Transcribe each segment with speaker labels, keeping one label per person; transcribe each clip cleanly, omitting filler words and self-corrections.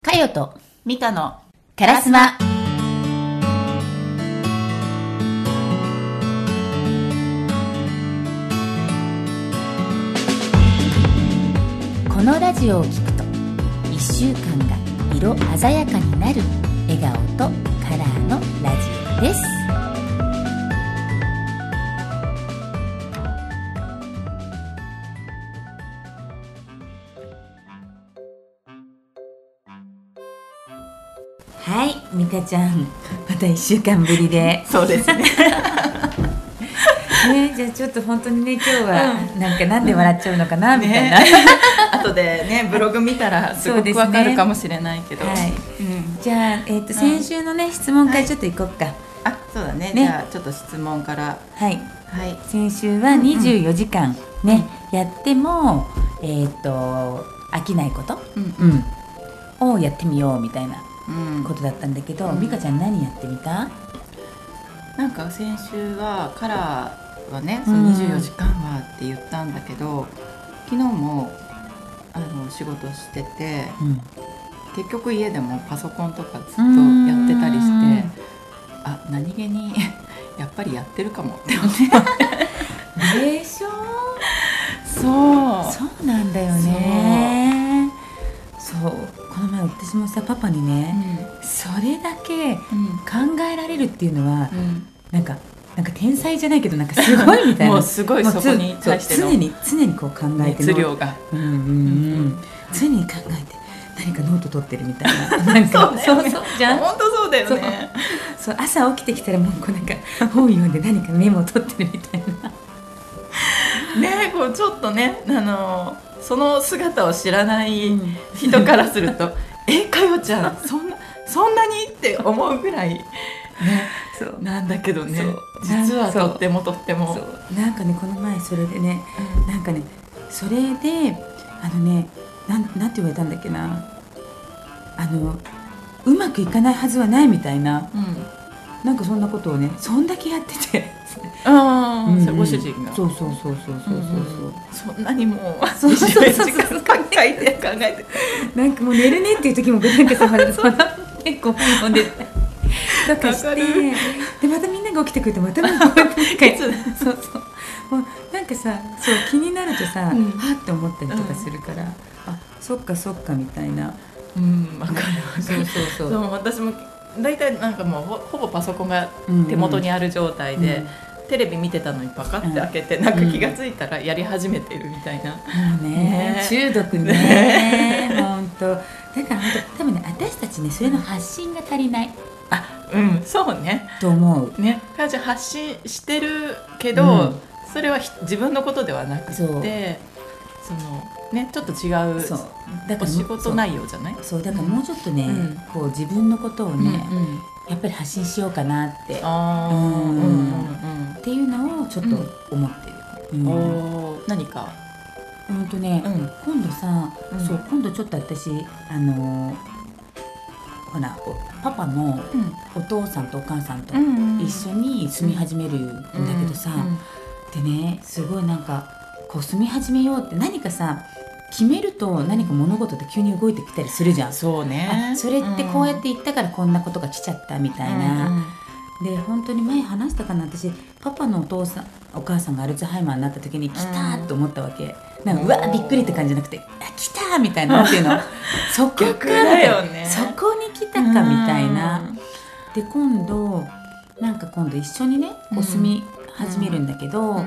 Speaker 1: かよと
Speaker 2: ミカの
Speaker 1: カラスマ。このラジオを聞くと1週間が色鮮やかになる笑顔とカラーのラジオです。はい、ミカちゃん、また1週間ぶりで
Speaker 2: そうですね
Speaker 1: じゃあちょっと本当にね、今日はなんで笑っちゃうのかな、みたいな、
Speaker 2: 後でねブログ見たらすごくわかるかもしれないけど、
Speaker 1: はい、じゃあ、先週のね質問からちょっといこうか。
Speaker 2: あ、そうだね。じゃあちょっと質問から。
Speaker 1: はい、
Speaker 2: はい、
Speaker 1: 先週は24時間ね、やっても飽きないこと、をやってみようみたいなことだったんだけど、美香ちゃん何やってみた？
Speaker 2: なんか先週はカラーはね、その24時間はって言ったんだけど、昨日も仕事してて、結局家でもパソコンとかずっとやってたりして、あ、何気にやっぱりやってるかもって思って
Speaker 1: でしょ？そうなんだよね。そう、この前私もさ、パパにね、それだけ考えられるっていうのは、なんか天才じゃないけど、なんかすごいみたいな
Speaker 2: もうすごい、そこに対しての
Speaker 1: 常にこう考えて、
Speaker 2: 熱量が、
Speaker 1: 常に考えて何かノート取ってるみたいな、なんかそうじゃん。
Speaker 2: 本当そうだよね。
Speaker 1: そう朝起きてきたらもうこうなんか本読んで何かメモを取ってるみたいな
Speaker 2: ね、こうちょっとね、その姿を知らない人からすると、かよちゃんそんなにって思うぐらいね、そうなんだけどね、実はとっても
Speaker 1: なんかね、この前それでね、なんかね、それでなんて言われたんだっけな、うまくいかないはずはないみたいな、なんかそんなことをね、そんだけやってて
Speaker 2: ご主人が
Speaker 1: そう
Speaker 2: そんなにもう
Speaker 1: そう
Speaker 2: 考えて
Speaker 1: なんかもう寝るねっていう時もなんかさ結構本読んでとかして、でまたみんなが起きてくるとまたなんかもうなんかさ、そう気になるとさ、はって思ったりとかするから、あ、そっかみたいな。
Speaker 2: わかる。そう私も大体なんかもうほぼパソコンが手元にある状態で、テレビ見てたのにパカって開けて、なんか気がついたらやり始めてるみたいな、
Speaker 1: 中毒ね本当。だから本当多分ね、私たちね、それの発信が足りない。
Speaker 2: そうね
Speaker 1: と思う
Speaker 2: ね。じゃ発信してるけど、それは自分のことではなくて、そのね、ちょっと違う、だから仕事内容じゃない？
Speaker 1: そうだからもうちょっとね、こう自分のことをね、やっぱり発信しようかなってっていうのをちょっと思ってる。
Speaker 2: 何か
Speaker 1: 今度さ、今度ちょっと私ほらパパのお父さんとお母さんと一緒に住み始めるんだけどさ、でね、すごいなんかこう住み始めようって何かさ決めると、何か物事って急に動いてきたりするじゃん。
Speaker 2: そうね。
Speaker 1: それってこうやって言ったからこんなことが来ちゃったみたいな、で本当に前話したかな、私パパのお父さんお母さんがアルツハイマーになった時に来たと思ったわけ。なんかうわびっくりって感じじゃなくて、来たみたいな、っていうのそこからよね、そこに来たかみたいな。で今度一緒にねこう住み始めるんだけど、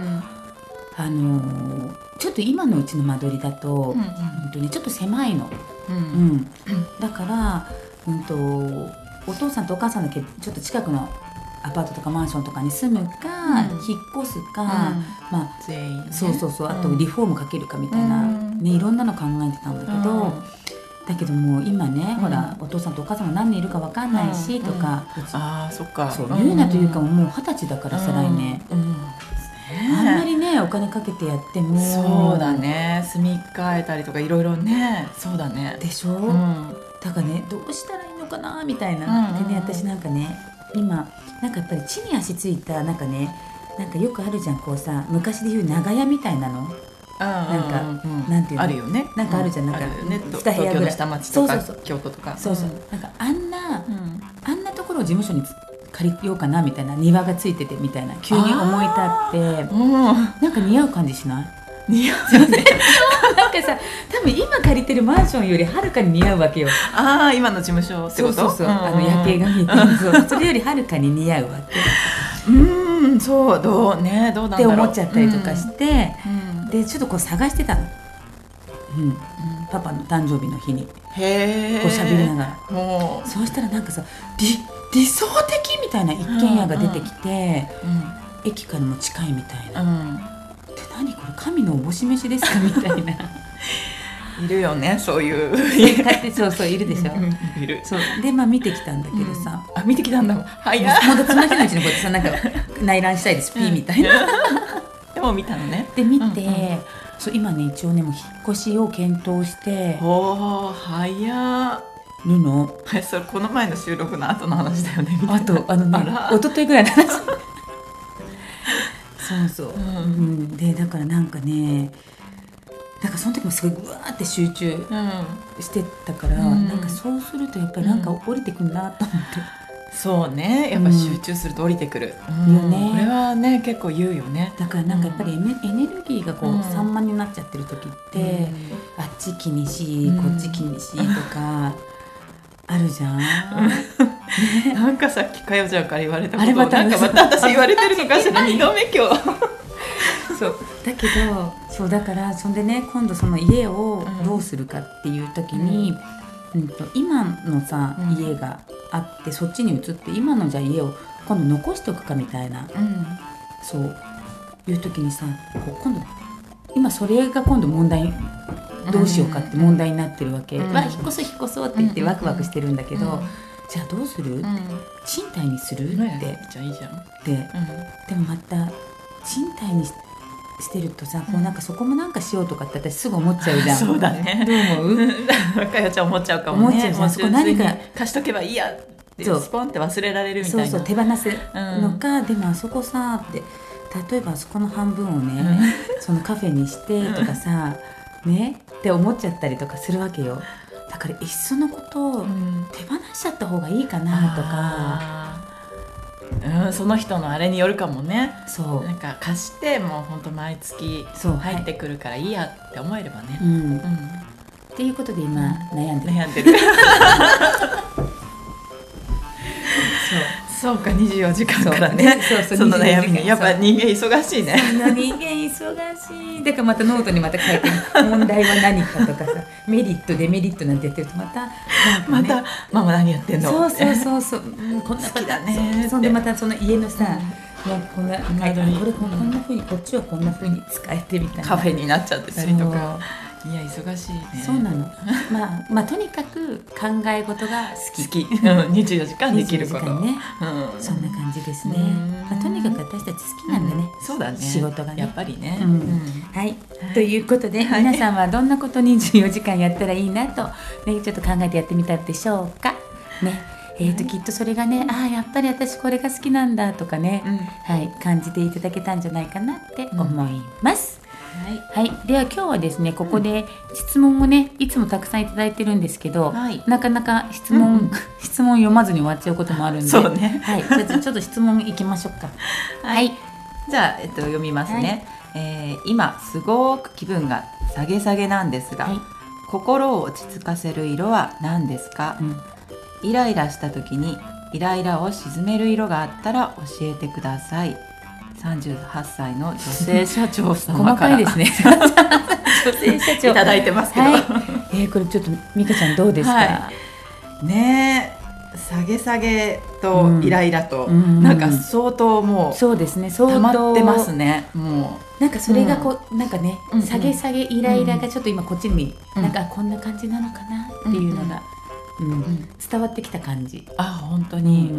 Speaker 1: ちょっと今のうちの間取りだと、ちょっと狭いの、だからお父さんとお母さんだけちょっと近くのアパートとかマンションとかに住むか、引っ越すか、
Speaker 2: 全員ね、
Speaker 1: あとリフォームかけるかみたいな、いろんなの考えてたんだけど、だけどもう今ね、ほらお父さんとお母さんが何年いるか分かんないし、とか、
Speaker 2: そっか、
Speaker 1: 言うなというかもう20歳だからさ、来年あんまりねお金かけてやっても、
Speaker 2: そうだね、住み替えたりとかいろいろね、そうだね
Speaker 1: でしょ、だからね、どうしたらいいのかなみたいな、でね、私なんかね、今なんかやっぱり地に足ついたなんかよくあるじゃん、こうさ、昔で言う長屋みたいなの、 なんていうの
Speaker 2: あるよね、
Speaker 1: なんかあるじゃん、なんか
Speaker 2: 2
Speaker 1: 2部屋ぐらい、
Speaker 2: 東京の下町とか
Speaker 1: そうそうそう
Speaker 2: 京都とか、
Speaker 1: そうそう、なんかあんなところを事務所に借りようかなみたいな、庭がついててみたいな急に思い立ってなんか似合う感じしない？
Speaker 2: 似合うね
Speaker 1: なんかさ、多分今借りてるマンションよりはるかに似合うわけよ。
Speaker 2: ああ、今の事務所ってこと？
Speaker 1: そうそうそう、夜景が見えてそれよりはるかに似合うわけ
Speaker 2: そう、どうなんだろう
Speaker 1: って思っちゃったりとかして、でちょっとこう探してたの、パパの誕生日の日にこう喋りながら、そうしたらなんかさ、理想的みたいな一軒家が出てきて、駅からも近いみたいな、で何これ神のおぼし飯ですかみたいな
Speaker 2: いるよね、そういう
Speaker 1: 買ってそういるでしょ、
Speaker 2: いる。
Speaker 1: そうで見てきたんだけどさ、
Speaker 2: 見てきたんだもん。早い。
Speaker 1: もうその日のうちにこうやってさ、なんか内覧したいですピーみたいな
Speaker 2: でも見たのね。
Speaker 1: で見て、そう今ね一応ねもう引っ越しを検討して
Speaker 2: 早
Speaker 1: るの。
Speaker 2: それこの前の収録の後の話だよね。
Speaker 1: あと一昨日ぐらいの話そう、でだからなんかね、だからその時もすごいうわーって集中してたから、なんかそうするとやっぱりなんか降りてくるなと思って、
Speaker 2: そうね、やっぱ集中すると降りてくる、
Speaker 1: よね。
Speaker 2: これはね結構言うよね。
Speaker 1: だからなんかやっぱりエネルギーがこう散漫になっちゃってる時って、あっち気にしこっち気にしとかあるじゃん
Speaker 2: なんかさっきかよちゃんから言われたことをなんかまた私言われてるのかしら2度目今日
Speaker 1: そうだけど、そうだからそんでね、今度その家をどうするかっていう時に、今のさ、家があってそっちに移って、今のじゃあ家を今度残しておくかみたいな、そういう時にさ、こう今度今それが今度問題、どうしようかって問題になってるわけ、引っ越そうって言ってワクワクしてるんだけど、じゃあどうする、賃貸にするって、
Speaker 2: じゃあいいじゃん
Speaker 1: でもまた賃貸にしてるとさ、こうなんかそこもなんかしようとかって私すぐ思っちゃうじゃん。
Speaker 2: そうだね。
Speaker 1: どう思う？
Speaker 2: かよちゃん思っちゃうかもね。
Speaker 1: 思っちゃうじゃん。そこ何か
Speaker 2: 貸しとけばいいやってスポンって忘れられるみたいな。
Speaker 1: そう手放すのか、でもあそこさって、例えばあそこの半分をね、そのカフェにしてとかさ、ねって思っちゃったりとかするわけよ。だからいっそのことを手放しちゃった方がいいかなとか。
Speaker 2: その人のあれによるかもね。
Speaker 1: そう
Speaker 2: なんか貸してもう本当毎月入ってくるからいいやって思えればね、
Speaker 1: っていうことで今悩んで
Speaker 2: るそうか、24時間からね、その悩みね、やっぱ人間忙しいね。
Speaker 1: 人間忙しい。だからまたノートにまた書いて問題は何かとかさ、メリットデメリットなんてやってるとまた
Speaker 2: ママ何やってんの。
Speaker 1: そうこんな
Speaker 2: 好きだね。
Speaker 1: そんでまたその家のさ、こんなこんな風にこっちはこんな風に使えてみたいな
Speaker 2: カフェになっちゃってたりとか。いや忙しいね。
Speaker 1: そうなの。まあとにかく考え事が好き。
Speaker 2: 24時間できること。
Speaker 1: ね。そんな感じですね。とにかく私たち好きなんだね。
Speaker 2: そうだね。
Speaker 1: 仕事がね。
Speaker 2: やっぱりね。
Speaker 1: はい。ということで皆さんはどんなこと24時間やったらいいなとね、ちょっと考えてやってみたでしょうか。ね。きっとそれがね、やっぱり私これが好きなんだとかね、感じていただけたんじゃないかなって思います。はい、では今日はですね、ここで質問をね、いつもたくさんいただいてるんですけど、なかなか質問読まずに終わっちゃうこともあるんで、
Speaker 2: そうね。
Speaker 1: はい、じゃあちょっと質問いきましょうか。はい、
Speaker 2: じゃあ、読みますね。今すごく気分が下げ下げなんですが、心を落ち着かせる色は何ですか？イライラした時にイライラを鎮める色があったら教えてください。38歳の女性社長様から
Speaker 1: 細かいですね女性社長
Speaker 2: いただいてますけど、
Speaker 1: これちょっと美香ちゃんどうですか？
Speaker 2: ねえ、下げ下げとイライラと、なんか相当もう
Speaker 1: そうですね、
Speaker 2: 溜まってますね。も
Speaker 1: うなんかそれがなんかね、下げ下げイライラがちょっと今こっちになんかこんな感じなのかなっていうのが伝わってきた感じ。
Speaker 2: 本当に。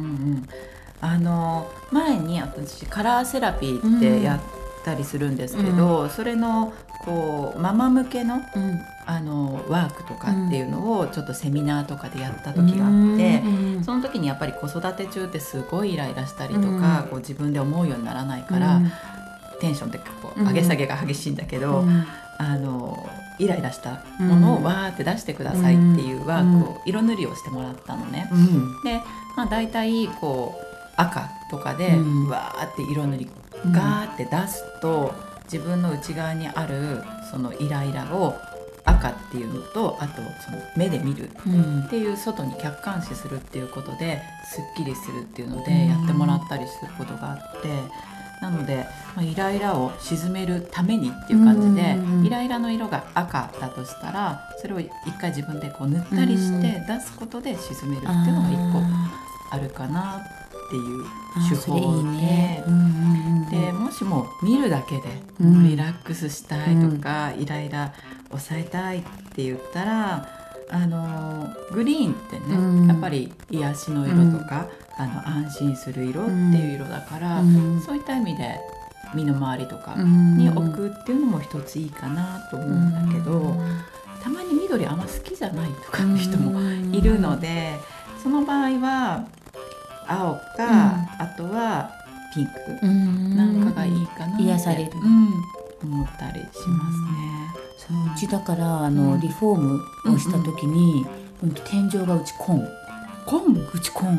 Speaker 2: 前に私カラーセラピーってやったりするんですけど、それのこうママ向けの、ワークとかっていうのをちょっとセミナーとかでやった時があって、その時にやっぱり子育て中ってすごいイライラしたりとか、こう自分で思うようにならないから、 テンションってこう上げ下げが激しいんだけど、
Speaker 1: うん、
Speaker 2: イライラしたものをわーって出してくださいっていうワークを色塗りをしてもらったのね、
Speaker 1: うん、
Speaker 2: で、だいたいこう赤とかでわーって色塗りガーって出すと、自分の内側にあるそのイライラを赤っていうのと、あとその目で見るっていう、外に客観視するっていうことですっきりするっていうのでやってもらったりすることがあって、なので、イライラを鎮めるためにっていう感じで、イライラの色が赤だとしたらそれを一回自分でこう塗ったりして出すことで鎮めるっていうのが一個あるかなっていう手法で、でもしも見るだけでリラックスしたいとか、イライラ抑えたいって言ったら、グリーンってね、やっぱり癒しの色とか、安心する色っていう色だから、そういった意味で身の回りとかに置くっていうのも一ついいかなと思うんだけど、たまに緑あんま好きじゃないとかって人もいるので、その場合は青か、あとはピンクなんかがいいかなって
Speaker 1: 癒される、
Speaker 2: 思ったりしますね。
Speaker 1: そう、うちだからリフォームをした時に、天井がうち紺、うち紺、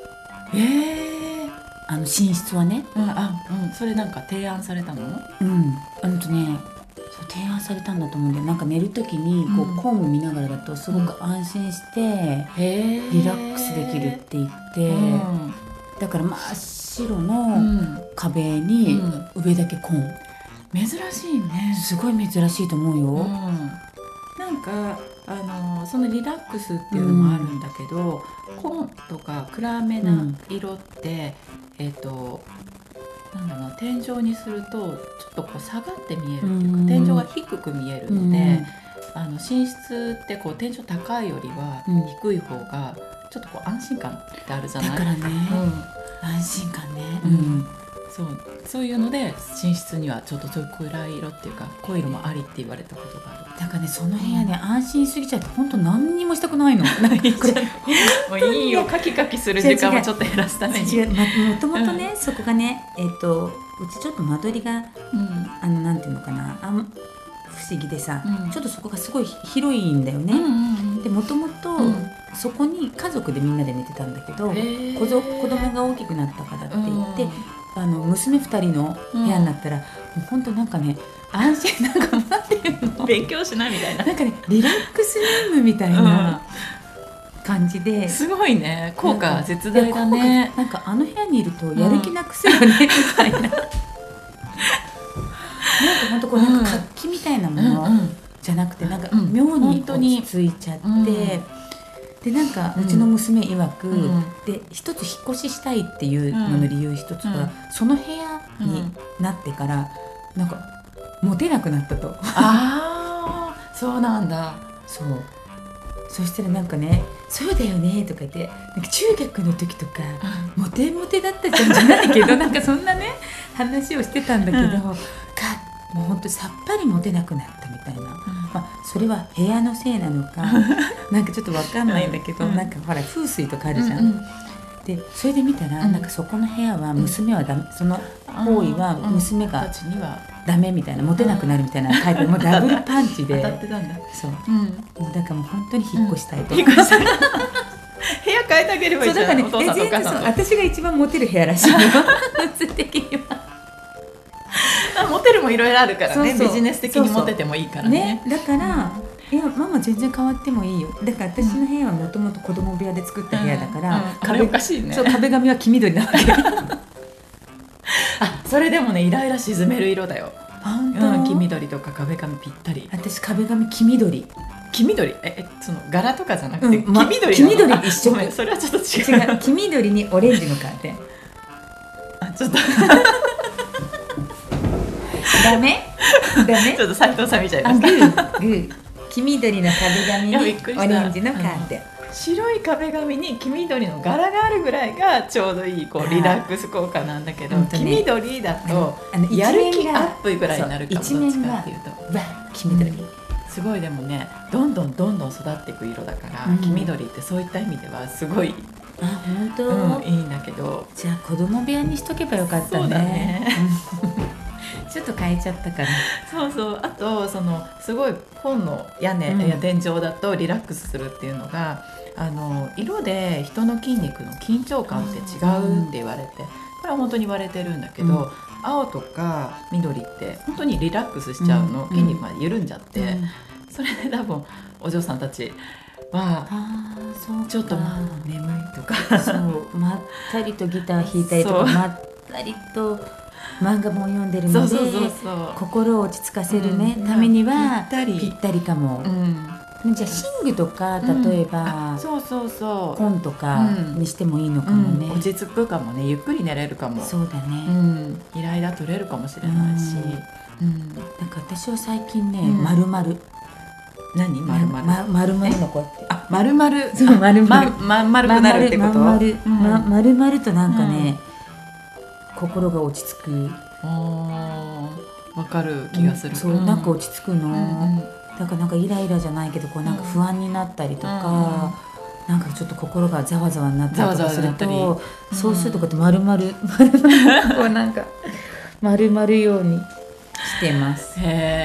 Speaker 1: 寝室はね、
Speaker 2: それなんか提案されたの？
Speaker 1: そう提案されたんだと思うんだよ。なんか寝る時にこう紺を見ながらだとすごく安心してリラックスできるって言って、だから真っ白の壁に上だけ紺、
Speaker 2: 珍しいね。
Speaker 1: すごい珍しいと思うよ。
Speaker 2: なんかそのリラックスっていうのもあるんだけど、紺とか暗めな色って、なんだろうな、天井にするとちょっとこう下がって見えるっていうか、天井が低く見えるので、寝室ってこう天井高いよりは低い方がちょっとこう安心感ってあるじゃない。
Speaker 1: だからね、安心感ね、
Speaker 2: そういうので寝室にはちょっとそういう暗い色っていうか濃い色もありって言われたことがある。
Speaker 1: だからね、その部屋ね、安心しすぎちゃって本当何にもしたくないの。なんかこれ
Speaker 2: もういいよ、カキカキする時間もちょっと減らすために。
Speaker 1: もともとね、そこがね、うちちょっと間取りが、なんていうのかな、不思議でさ、ちょっとそこがすごい広いんだよね。でもともとそこに家族でみんなで寝てたんだけど、子供が大きくなったからって言って、娘2人の部屋になったら、もう本当なんかね、安心、なんか待ってるの
Speaker 2: 勉強しないみたいな、
Speaker 1: なんかね、リラックスルームみたいな感じで、
Speaker 2: すごいね、効果絶大だね。
Speaker 1: なんか部屋にいるとやる気なくすよね、みたいな。なんか本当こうなんか活気みたいなものじゃなくて、なんか妙に落ち着いちゃって、でなんかうちの娘曰く、で一つ引っ越ししたいっていうのの理由一つは、その部屋になってからなんかモテなくなったと。
Speaker 2: そうなんだ。
Speaker 1: そしたらなんかね、そうだよねとか言って、なんか中学の時とか、モテモテだったじゃんじゃないけど、なんかそんなね話をしてたんだけど、もうほんとさっぱりモテなくなったみたいな、それは部屋のせいなのかなんかちょっと分かんないんだけど、なんかほら風水とかあるじゃん、でそれで見たら、なんかそこの部屋は娘はダメ、その行為は娘がダメみたいな、モテなくなるみたいな書いて、もうダブルパンチで
Speaker 2: 当たってたんだ。
Speaker 1: そう、もうだからもう本当に引っ越したいと、
Speaker 2: 部屋変えてあげればいいじゃん、お父さんとお母さんと。
Speaker 1: 私が一番モテる部屋らしいよ普通的には。
Speaker 2: モテるもいろいろあるからね、ビジネス的にモテてもいいからね。
Speaker 1: だから、いやママ全然変わってもいいよ。だから私の部屋はもともと子供部屋で作った部屋だから、
Speaker 2: あれおかしいね。
Speaker 1: そう、壁紙は黄緑なわけ
Speaker 2: それでもね、イライラ沈める色だよ。
Speaker 1: 本当？
Speaker 2: 黄緑とか壁紙ぴったり。
Speaker 1: 私壁紙黄緑。
Speaker 2: 黄緑、その柄とかじゃなくて、黄緑。
Speaker 1: 黄緑一緒。
Speaker 2: ごめん、それはちょっと違う。
Speaker 1: 黄緑にオレンジのカーテン。
Speaker 2: ちょっと
Speaker 1: ダメ
Speaker 2: ちょっと斉藤さん見ちゃいました。
Speaker 1: グー黄緑の壁紙にオレンジのカーテン。
Speaker 2: 白い壁紙に黄緑の柄があるぐらいがちょうどいいこうリラックス効果なんだけど、黄緑だとやる気アップぐらいになるかも。
Speaker 1: 一面が黄緑、
Speaker 2: すごい。でもね、どんどん育っていく色だから、黄緑ってそういった意味ではすごい
Speaker 1: 本当、
Speaker 2: いいんだけど、
Speaker 1: じゃあ子供部屋にしとけばよかったね。
Speaker 2: そうだね
Speaker 1: ちょっと変えちゃったから。
Speaker 2: そうそう。あとすごい本の屋根、や天井だとリラックスするっていうのが色で人の筋肉の緊張感って違うって言われて、これは本当に言われてるんだけど、青とか緑って本当にリラックスしちゃうの、筋肉が緩んじゃって、それで多分お嬢さんたちはちょっと眠いとか、
Speaker 1: そうまったりとギター弾いたりとか、まったりと漫画も読んでるので、心を落ち着かせるね、ためにはぴったりかも。じゃあ寝具とか例えば、本とかにしてもいいのかもね。
Speaker 2: 落ち着くかもね、ゆっくり寝れるかも。
Speaker 1: そうだね。
Speaker 2: イライラ取れるかもしれないし。
Speaker 1: なんか私は最近ね、丸々
Speaker 2: 何丸
Speaker 1: 々のこうやって、
Speaker 2: 丸々
Speaker 1: そう丸々
Speaker 2: 丸くなるってこと？
Speaker 1: 丸々となんかね、心が落ち着く。
Speaker 2: わかる気がする。
Speaker 1: そうなんか落ち着くの。だからなんかイライラじゃないけど、こうなんか不安になったりとか、なんかちょっと心がざわざわになったりとかすると、そうするとこうやって丸々こうなんか丸々ようにしてます。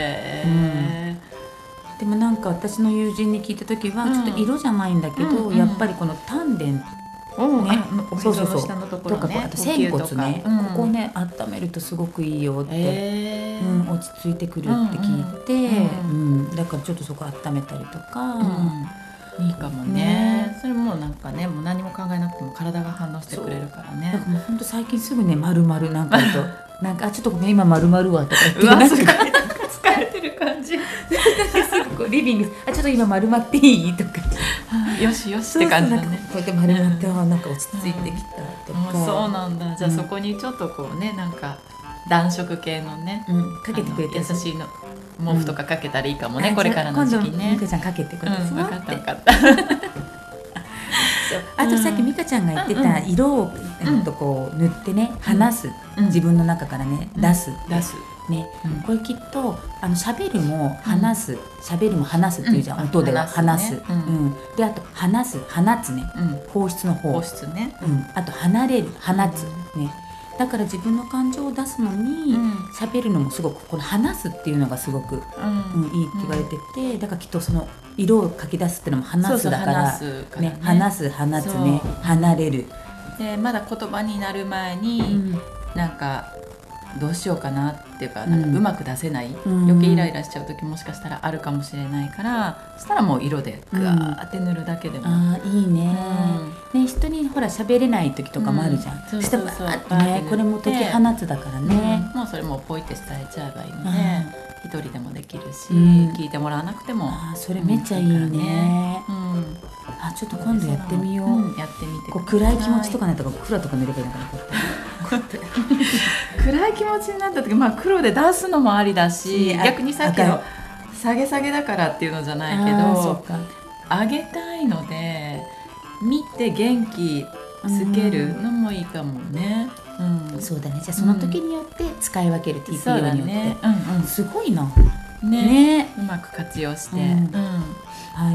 Speaker 1: でもなんか私の友人に聞いた時は、ちょっと色じゃないんだけど、やっぱりこの丹田ね、そうとかあと仙骨ね、ここね温めるとすごくいいよって、落ち着いてくるって聞いて、だからちょっとそこ温めたりとか、
Speaker 2: いいかもね。それもなんかね、もう何も考えなくても体が反応してくれるからね。
Speaker 1: だからもう本当最近すぐね、丸々なんかとなんかちょっとごめん今丸々はとか言って、
Speaker 2: 疲れてる感じ。
Speaker 1: リビングちょっと今丸まっていいとか、
Speaker 2: よしよしって感じだね。
Speaker 1: こうやって丸まってなんか落ち着いてきたとか。
Speaker 2: そうなんだ。じゃあそこにちょっとこうね、なんか暖色系のね、
Speaker 1: かけてくれて
Speaker 2: 優しいの毛布とかかけたらいいかもね、これからの時期ね。
Speaker 1: 美香ちゃんかけてくれて、
Speaker 2: 分かった分かった。
Speaker 1: あとさっき美香ちゃんが言ってた色をこう塗ってね、話す、自分の中からね出すね、これきっと喋るも話す、喋るも話すっていうじゃん、音では話す、であと話す放つね、放出の方、
Speaker 2: 放出ね、
Speaker 1: あと離れる放つね。だから自分の感情を出すのに喋るのもすごく、この話すっていうのがすごくいいって言われてて、だからきっとその色を書き出すっていうのも話すだからね、話す放つね、離れる
Speaker 2: で、まだ言葉になる前になんかどうしようかなっていうか、なんかうまく出せない、余計イライラしちゃう時もしかしたらあるかもしれないから、そしたらもう色でグワーって塗るだけでも、
Speaker 1: いいね。人にほら喋れない時とかもあるじゃん。そしたらバーってね、これも解き放つだからね、
Speaker 2: もうそれもポイって伝えちゃえばいいので、一人でもできるし、聞いてもらわなくても。
Speaker 1: それめっちゃいいね。ちょっと今度やってみよう。
Speaker 2: やってみて。
Speaker 1: 暗い気持ちとかなったら黒とか塗ればいいのかな。
Speaker 2: 暗い気持ちになった時、黒で出すのもありだし、逆にさっきの下げ下げだからっていうのじゃないけど、上げたいので見て元気つけるのもいいかもね。
Speaker 1: そうだね。じゃあその時によって使い分ける、TPO によって。すごいな。
Speaker 2: ね、うまく活用して、
Speaker 1: はい、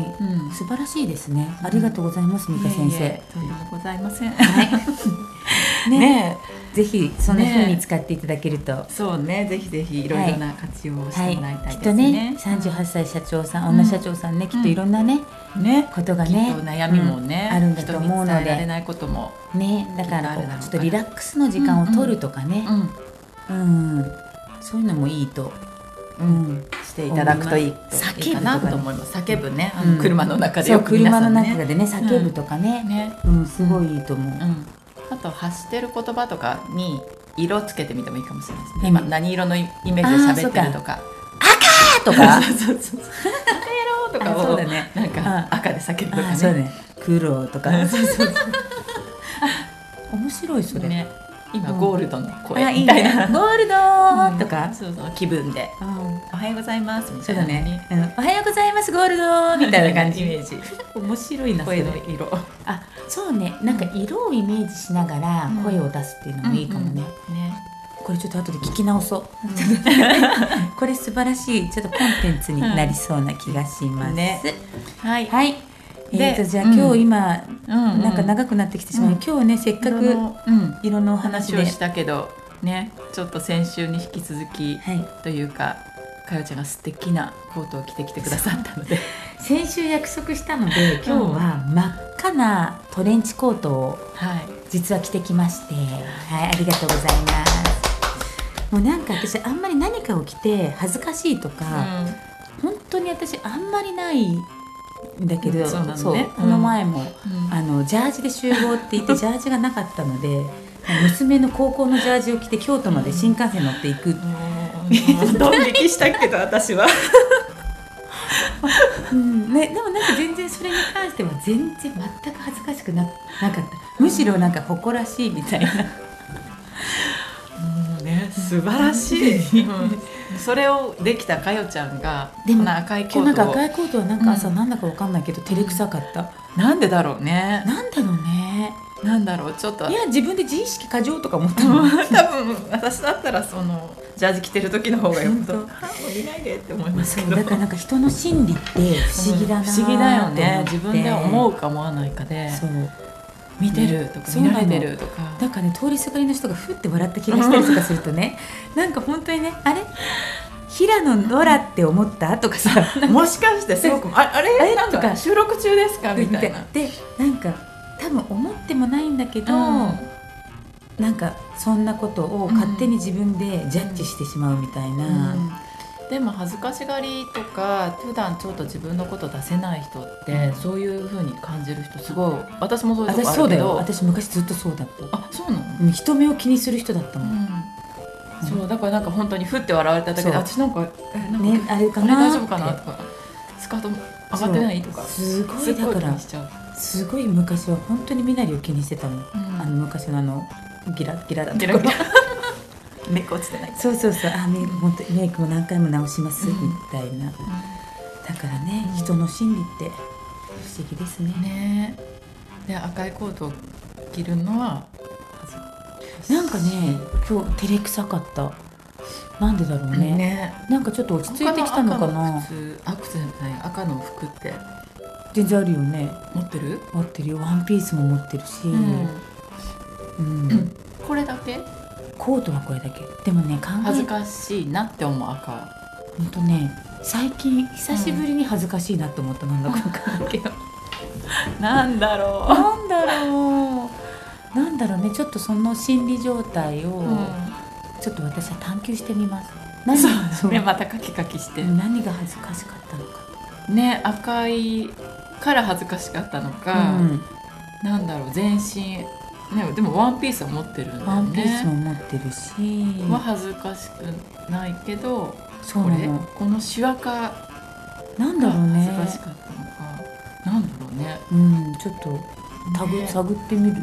Speaker 1: 素晴らしいですね。ありがとうございます、美香先生。
Speaker 2: とんでもございません。
Speaker 1: ね、ぜひそんな風に使っていただけると。
Speaker 2: そうね、ぜひぜひいろいろな活用をしてもらいたいですね。
Speaker 1: きっとね、38歳社長さん、女社長さんね、きっといろんなねことがね、
Speaker 2: きっと悩みもね、
Speaker 1: あるんだと思うので、
Speaker 2: 人に伝えられないことも
Speaker 1: ね、だからちょっとリラックスの時間を取るとかね、そういうのもいいと。
Speaker 2: していただくといいかなと思います。叫ぶね、車の中で
Speaker 1: よく皆さんね、車の中でね叫ぶとかね、すごいいいと思う。
Speaker 2: あと発してる言葉とかに色つけてみてもいいかもしれないですね。今何色のイメージで喋ってるとか、
Speaker 1: 赤とか、赤
Speaker 2: 野郎とかをなんか赤で叫ぶとかね。
Speaker 1: そうね、黒とか。面白いそれね。
Speaker 2: 今ゴールドの声みたいな、
Speaker 1: ゴールドとか、
Speaker 2: 気分でおはようございますみたいなね、
Speaker 1: おはようございますゴールドみたいな感じ、
Speaker 2: イメージ。
Speaker 1: 面白いな、
Speaker 2: 声の色。
Speaker 1: そうね、なんか色をイメージしながら声を出すっていうのもいいかもね。これちょっと後で聞き直そう。これ素晴らしい、ちょっとコンテンツになりそうな気がします。はい。じゃあ今日今なんか長くなってきてしまう。今日ねせっかくいろんなお話
Speaker 2: をしたけど、 ね、ちょっと先週に引き続き、
Speaker 1: はい、
Speaker 2: というかかよちゃんが素敵なコートを着てきてくださったので
Speaker 1: 先週約束したので今日は真っ赤なトレンチコートを実は着てきまして、はい、ありがとうございます。もうなんか私あんまり何かを着て恥ずかしいとか、本当に私あんまりないんだけど、そうこの前も、ジャージで集合って言ってジャージがなかったので娘の高校のジャージを着て京都まで新幹線乗っていく、
Speaker 2: ドン引きしたけど私は
Speaker 1: ね、でもなんか全然それに関しては全然全く恥ずかしくなかった。むしろなんか誇らしいみたいな
Speaker 2: ね、素晴らしい、それをできたかよちゃんが
Speaker 1: でも
Speaker 2: 赤いコートを
Speaker 1: 今日なんか赤いコートはなんか朝なんだかわかんないけど照れくさかった、
Speaker 2: なんでだろうね。
Speaker 1: なんだろうね。
Speaker 2: なんだろう、ちょっと
Speaker 1: いや自分で自意識過剰とか思ったの
Speaker 2: 多分私だったらそのジャージ着てる時の方がよっと見ないでって思いますけど、
Speaker 1: だからなんか人の心理って不思議だな、
Speaker 2: 不思議だよね。自分で思うか思わないかで、
Speaker 1: そう
Speaker 2: 見てるとか見られてるとか、
Speaker 1: なんかね通りすがりの人がふって笑った気がしたりとかするとねなんか本当にね、あれ平野ノラって思ったとかさ
Speaker 2: もしかしてすごくあれなんか収録中ですかみたいな
Speaker 1: でなんか多分思ってもないんだけど、なんかそんなことを勝手に自分でジャッジしてしまうみたいな、
Speaker 2: でも恥ずかしがりとか普段ちょっと自分のこと出せない人って、そういう風に感じる人すごい、私もそういうとこあるけど。
Speaker 1: 私そうだよ、私昔ずっとそうだった。
Speaker 2: あ、そうなの？
Speaker 1: 人目を気にする人だったもん、
Speaker 2: そうだからなんか本当にふって笑われただけで私なんかね、
Speaker 1: あれかな、
Speaker 2: 大丈夫かなとか、スカート上がってないとか、
Speaker 1: すごいだからすごい昔は本当に身なりを気にしてたの、昔のギラギラだった頃
Speaker 2: メイク落ちてない、
Speaker 1: そう本当メイクも何回も直しますみたいな、だからね、人の心理って不思議ですね。
Speaker 2: で赤いコートを着るのは
Speaker 1: なんかね今日照れくさかった。なんでだろうね。なんかちょっと落ち着いてきたのかな。
Speaker 2: 靴じゃない、赤の服って
Speaker 1: 全然あるよね。
Speaker 2: 持ってる？
Speaker 1: 持ってるよ。ワンピースも持ってるし、
Speaker 2: これだけ？
Speaker 1: コートはこれだけ。でもね、
Speaker 2: 恥ずかしいなって思う赤は。
Speaker 1: ほんとね、最近久しぶりに恥ずかしいなって思った。なんだか分かんないけど
Speaker 2: なんだろ
Speaker 1: うね。ちょっとその心理状態をちょっと私は探求してみます。
Speaker 2: またカキカキして
Speaker 1: 何が恥ずかしかったのか
Speaker 2: ね。赤いから恥ずかしかったのか、なんだろう、全身ね。でもワンピースは持ってるんだよね。
Speaker 1: ワンピースも持ってるし
Speaker 2: は恥ずかしくないけど、
Speaker 1: そうなの。
Speaker 2: このシワか
Speaker 1: なんだろうね、
Speaker 2: 恥ずかしかったのか、なんだろうね。
Speaker 1: ちょっと探ってみる。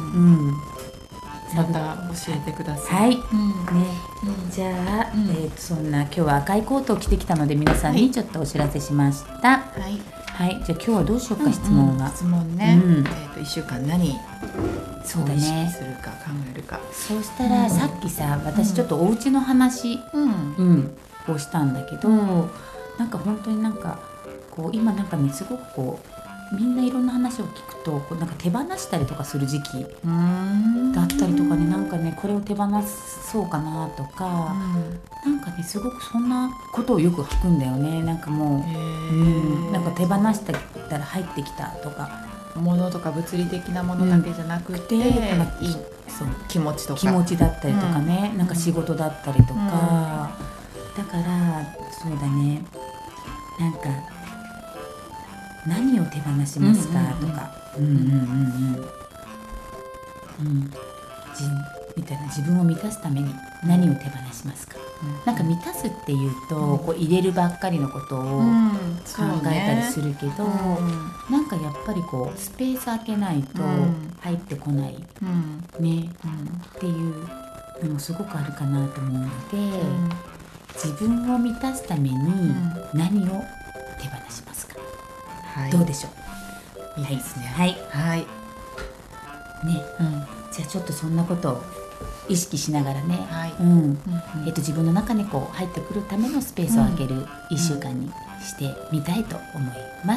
Speaker 2: また教えてください。
Speaker 1: はい。じゃあ、そんな今日は赤いコートを着てきたので皆さんにちょっとお知らせしました。はい。じゃあ今日はどうしようか、質問は。
Speaker 2: 質問ね。1週間何を意識するか考えるか。
Speaker 1: そうしたらさっきさ、私ちょっとお家の話をしたんだけど、なんか本当になんかこう今なんかね、すごくこうみんないろんな話を聞くとなんか手放したりとかする時期だったりとかね、なんかねこれを手放そうかなとか、なんかねすごくそんなことをよく聞くんだよね。なんかもう、なんか手放したら入ってきたとか、
Speaker 2: 物とか物理的なものだけじゃなくて、そう気持ちとか
Speaker 1: 気持ちだったりとかね、なんか仕事だったりとか、だからそうだね、なんか何を手放しますかとか、みたいな、自分を満たすために何を手放しますか。なんか満たすっていうとこう入れるばっかりのことを考えたりするけど、なんかやっぱりこうスペース空けないと入ってこないねっていうのもすごくあるかなと思うので、自分を満たすために何を手放しますか。どうでしょう。
Speaker 2: いいですね。
Speaker 1: ね、じゃあちょっとそんなことを意識しながらね、自分の中にこう入ってくるためのスペースを空ける1週間にしてみたいと思います。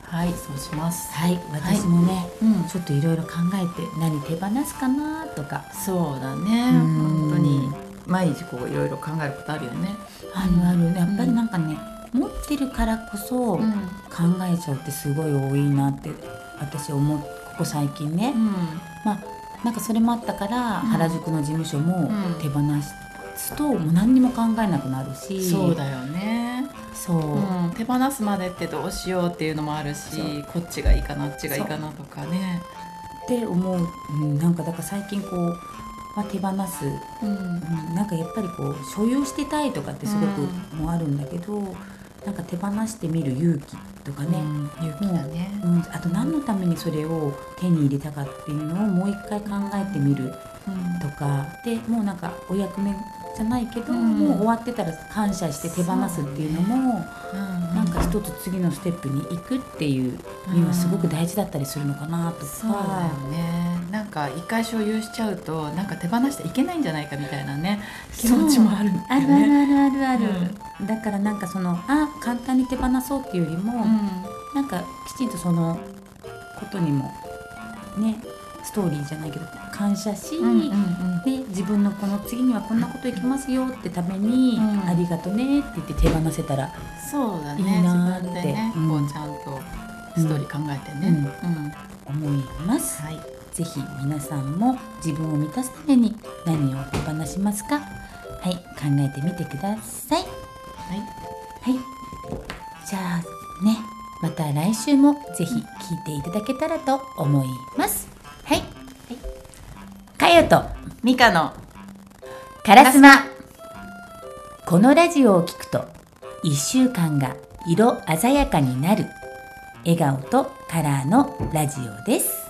Speaker 2: はい、そうします。
Speaker 1: はい、私もね、
Speaker 2: うん、
Speaker 1: ちょっといろいろ考えて何手放すかなとか。
Speaker 2: そうだね、本当に毎日こういろいろ考えることあるよね。
Speaker 1: あるある、やっぱりなんかね、持ってるからこそ考えちゃうってすごい多いなって私ここ最近ね、まあなんかそれもあったから原宿の事務所も手放すともう何にも考えなくなるし、
Speaker 2: そうだよね。
Speaker 1: そう、
Speaker 2: 手放すまでってどうしようっていうのもあるし、こっちがいいかなあっちがいいかなとかね
Speaker 1: って思う、なんかだから最近こう、手放す、なんかやっぱりこう所有してたいとかってすごくもあるんだけど、なんか手放してみる勇気とかね、
Speaker 2: 勇気だね、
Speaker 1: あと何のためにそれを手に入れたかっていうのをもう一回考えてみるとか、でもうなんかお役目じゃないけど、もう終わってたら感謝して手放すっていうのも、なんか一つ次のステップに行くっていうにはすごく大事だったりするのかなとか。
Speaker 2: そうだよね。なんか一回所有しちゃうとなんか手放していけないんじゃないかみたいなね気持ちもあるんだよね。
Speaker 1: ある、だからなんか簡単に手放そうっていうよりも、なんかきちんとそのことにもねストーリーじゃないけど感謝し、で自分のこの次にはこんなこといきますよってために、ありがとねって言って手放せたら
Speaker 2: そうだね、
Speaker 1: いいなって
Speaker 2: 自分でね、こうちゃんとストーリー考えてね、
Speaker 1: 思います、
Speaker 2: はい、
Speaker 1: ぜひ皆さんも自分を満たすために何を手放しますか。はい、考えてみてください。はい、じゃあね、また来週もぜひ聞いていただけたらと思います。はい、かよと
Speaker 2: ミカの
Speaker 1: からすま。このラジオを聞くと1週間が色鮮やかになる笑顔とカラーのラジオです。